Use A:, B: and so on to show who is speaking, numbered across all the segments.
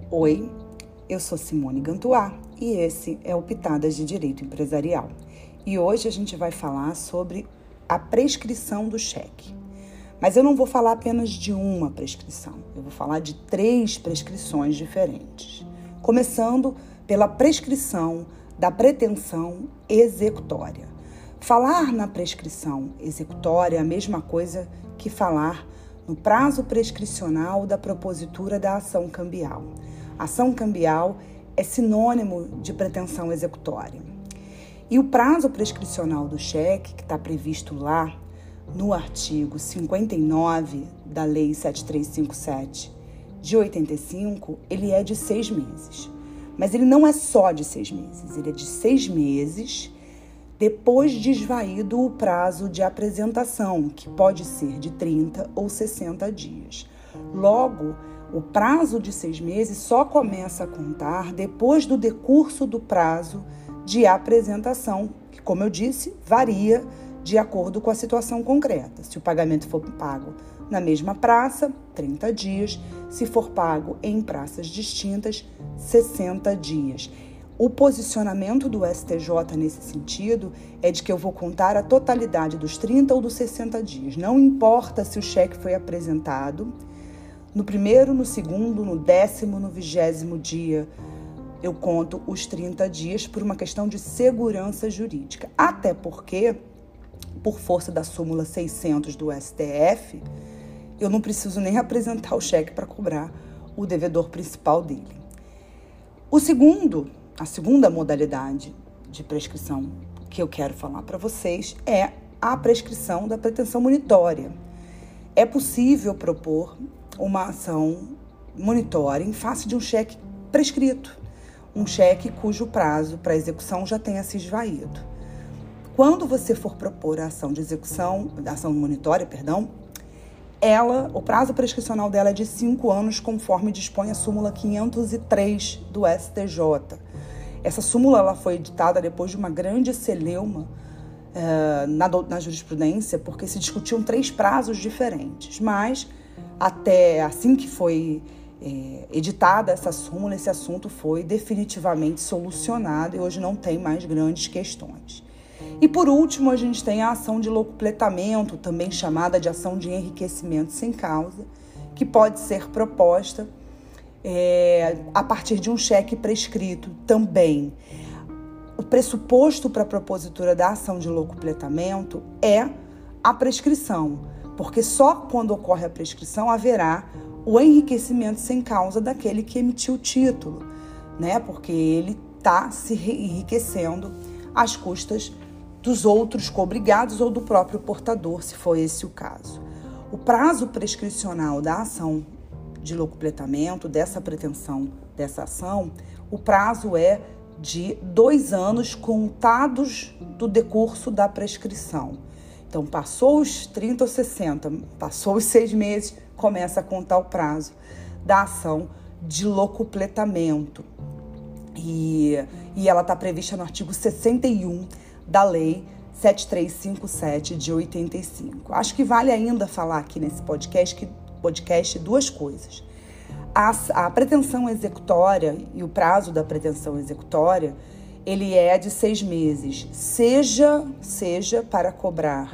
A: Oi, eu sou Simone Gantuá e esse é o Pitadas de Direito Empresarial. E hoje a gente vai falar sobre a prescrição do cheque. Mas eu não vou falar apenas de uma prescrição, eu vou falar de 3 prescrições diferentes. Começando pela prescrição da pretensão executória. Falar na prescrição executória é a mesma coisa que falar no prazo prescricional da propositura da ação cambial. Ação cambial é sinônimo de pretensão executória. E o prazo prescricional do cheque, que está previsto lá no artigo 59 da Lei 7357 de 85, ele é de 6 meses. Mas ele não é só de 6 meses, ele é de 6 meses depois de esvaído o prazo de apresentação, que pode ser de 30 ou 60 dias. Logo, o prazo de 6 meses só começa a contar depois do decurso do prazo de apresentação, que, como eu disse, varia de acordo com a situação concreta. Se o pagamento for pago na mesma praça, 30 dias. Se for pago em praças distintas, 60 dias. O posicionamento do STJ nesse sentido é de que eu vou contar a totalidade dos 30 ou dos 60 dias. Não importa se o cheque foi apresentado no primeiro, no segundo, no 10º, no 20º dia. Eu conto os 30 dias por uma questão de segurança jurídica. Até porque, por força da súmula 600 do STF, eu não preciso nem apresentar o cheque para cobrar o devedor principal dele. A segunda modalidade de prescrição que eu quero falar para vocês é a prescrição da pretensão monitória. É possível propor uma ação monitória em face de um cheque prescrito, um cheque cujo prazo para execução já tenha se esvaído. Quando você for propor a ação de execução, a ação monitória, o prazo prescricional dela é de 5 anos, conforme dispõe a súmula 503 do STJ. Essa súmula ela foi editada depois de uma grande celeuma na jurisprudência, porque se discutiam 3 prazos diferentes. Mas, até assim que foi editada essa súmula, esse assunto foi definitivamente solucionado e hoje não tem mais grandes questões. E, por último, a gente tem a ação de locupletamento, também chamada de ação de enriquecimento sem causa, que pode ser proposta a partir de um cheque prescrito também. O pressuposto para a propositura da ação de locupletamento é a prescrição, porque só quando ocorre a prescrição haverá o enriquecimento sem causa daquele que emitiu o título, né? Porque ele está se enriquecendo às custas dos outros cobrigados ou do próprio portador, se for esse o caso. O prazo prescricional da ação de locupletamento, dessa pretensão, dessa ação, o prazo é de 2 anos contados do decurso da prescrição. Então, passou os 30 ou 60, passou os 6 meses, começa a contar o prazo da ação de locupletamento. E ela está prevista no artigo 61 da Lei 7357 de 85. Acho que vale ainda falar aqui nesse podcast 2 coisas. A pretensão executória e o prazo da pretensão executória, ele é de 6 meses, seja para cobrar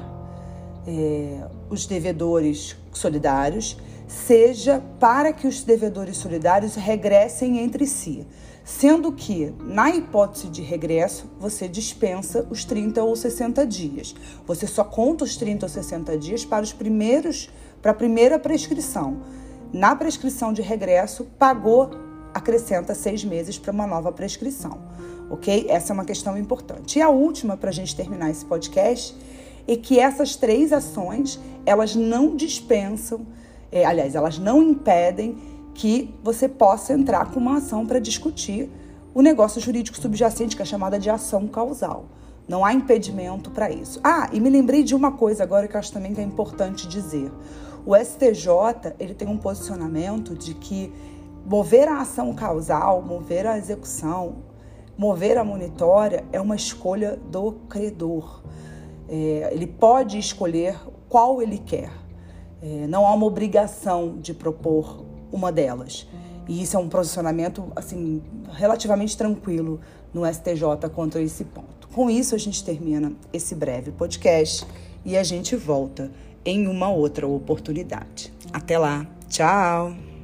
A: os devedores solidários, seja para que os devedores solidários regressem entre si, sendo que, na hipótese de regresso, você dispensa os 30 ou 60 dias. Você só conta os 30 ou 60 dias para a primeira prescrição. Na prescrição de regresso, pagou, acrescenta 6 meses para uma nova prescrição, ok? Essa é uma questão importante. E a última, para a gente terminar esse podcast, é que essas 3 ações, elas não dispensam, elas não impedem que você possa entrar com uma ação para discutir o negócio jurídico subjacente, que é chamada de ação causal. Não há impedimento para isso. E me lembrei de uma coisa agora que eu acho também que é importante dizer. O STJ, ele tem um posicionamento de que mover a ação causal, mover a execução, mover a monitória é uma escolha do credor. Ele pode escolher qual ele quer. Não há uma obrigação de propor uma delas. E isso é um posicionamento, assim, relativamente tranquilo no STJ quanto a esse ponto. Com isso, a gente termina esse breve podcast e a gente volta em uma outra oportunidade. Até lá. Tchau!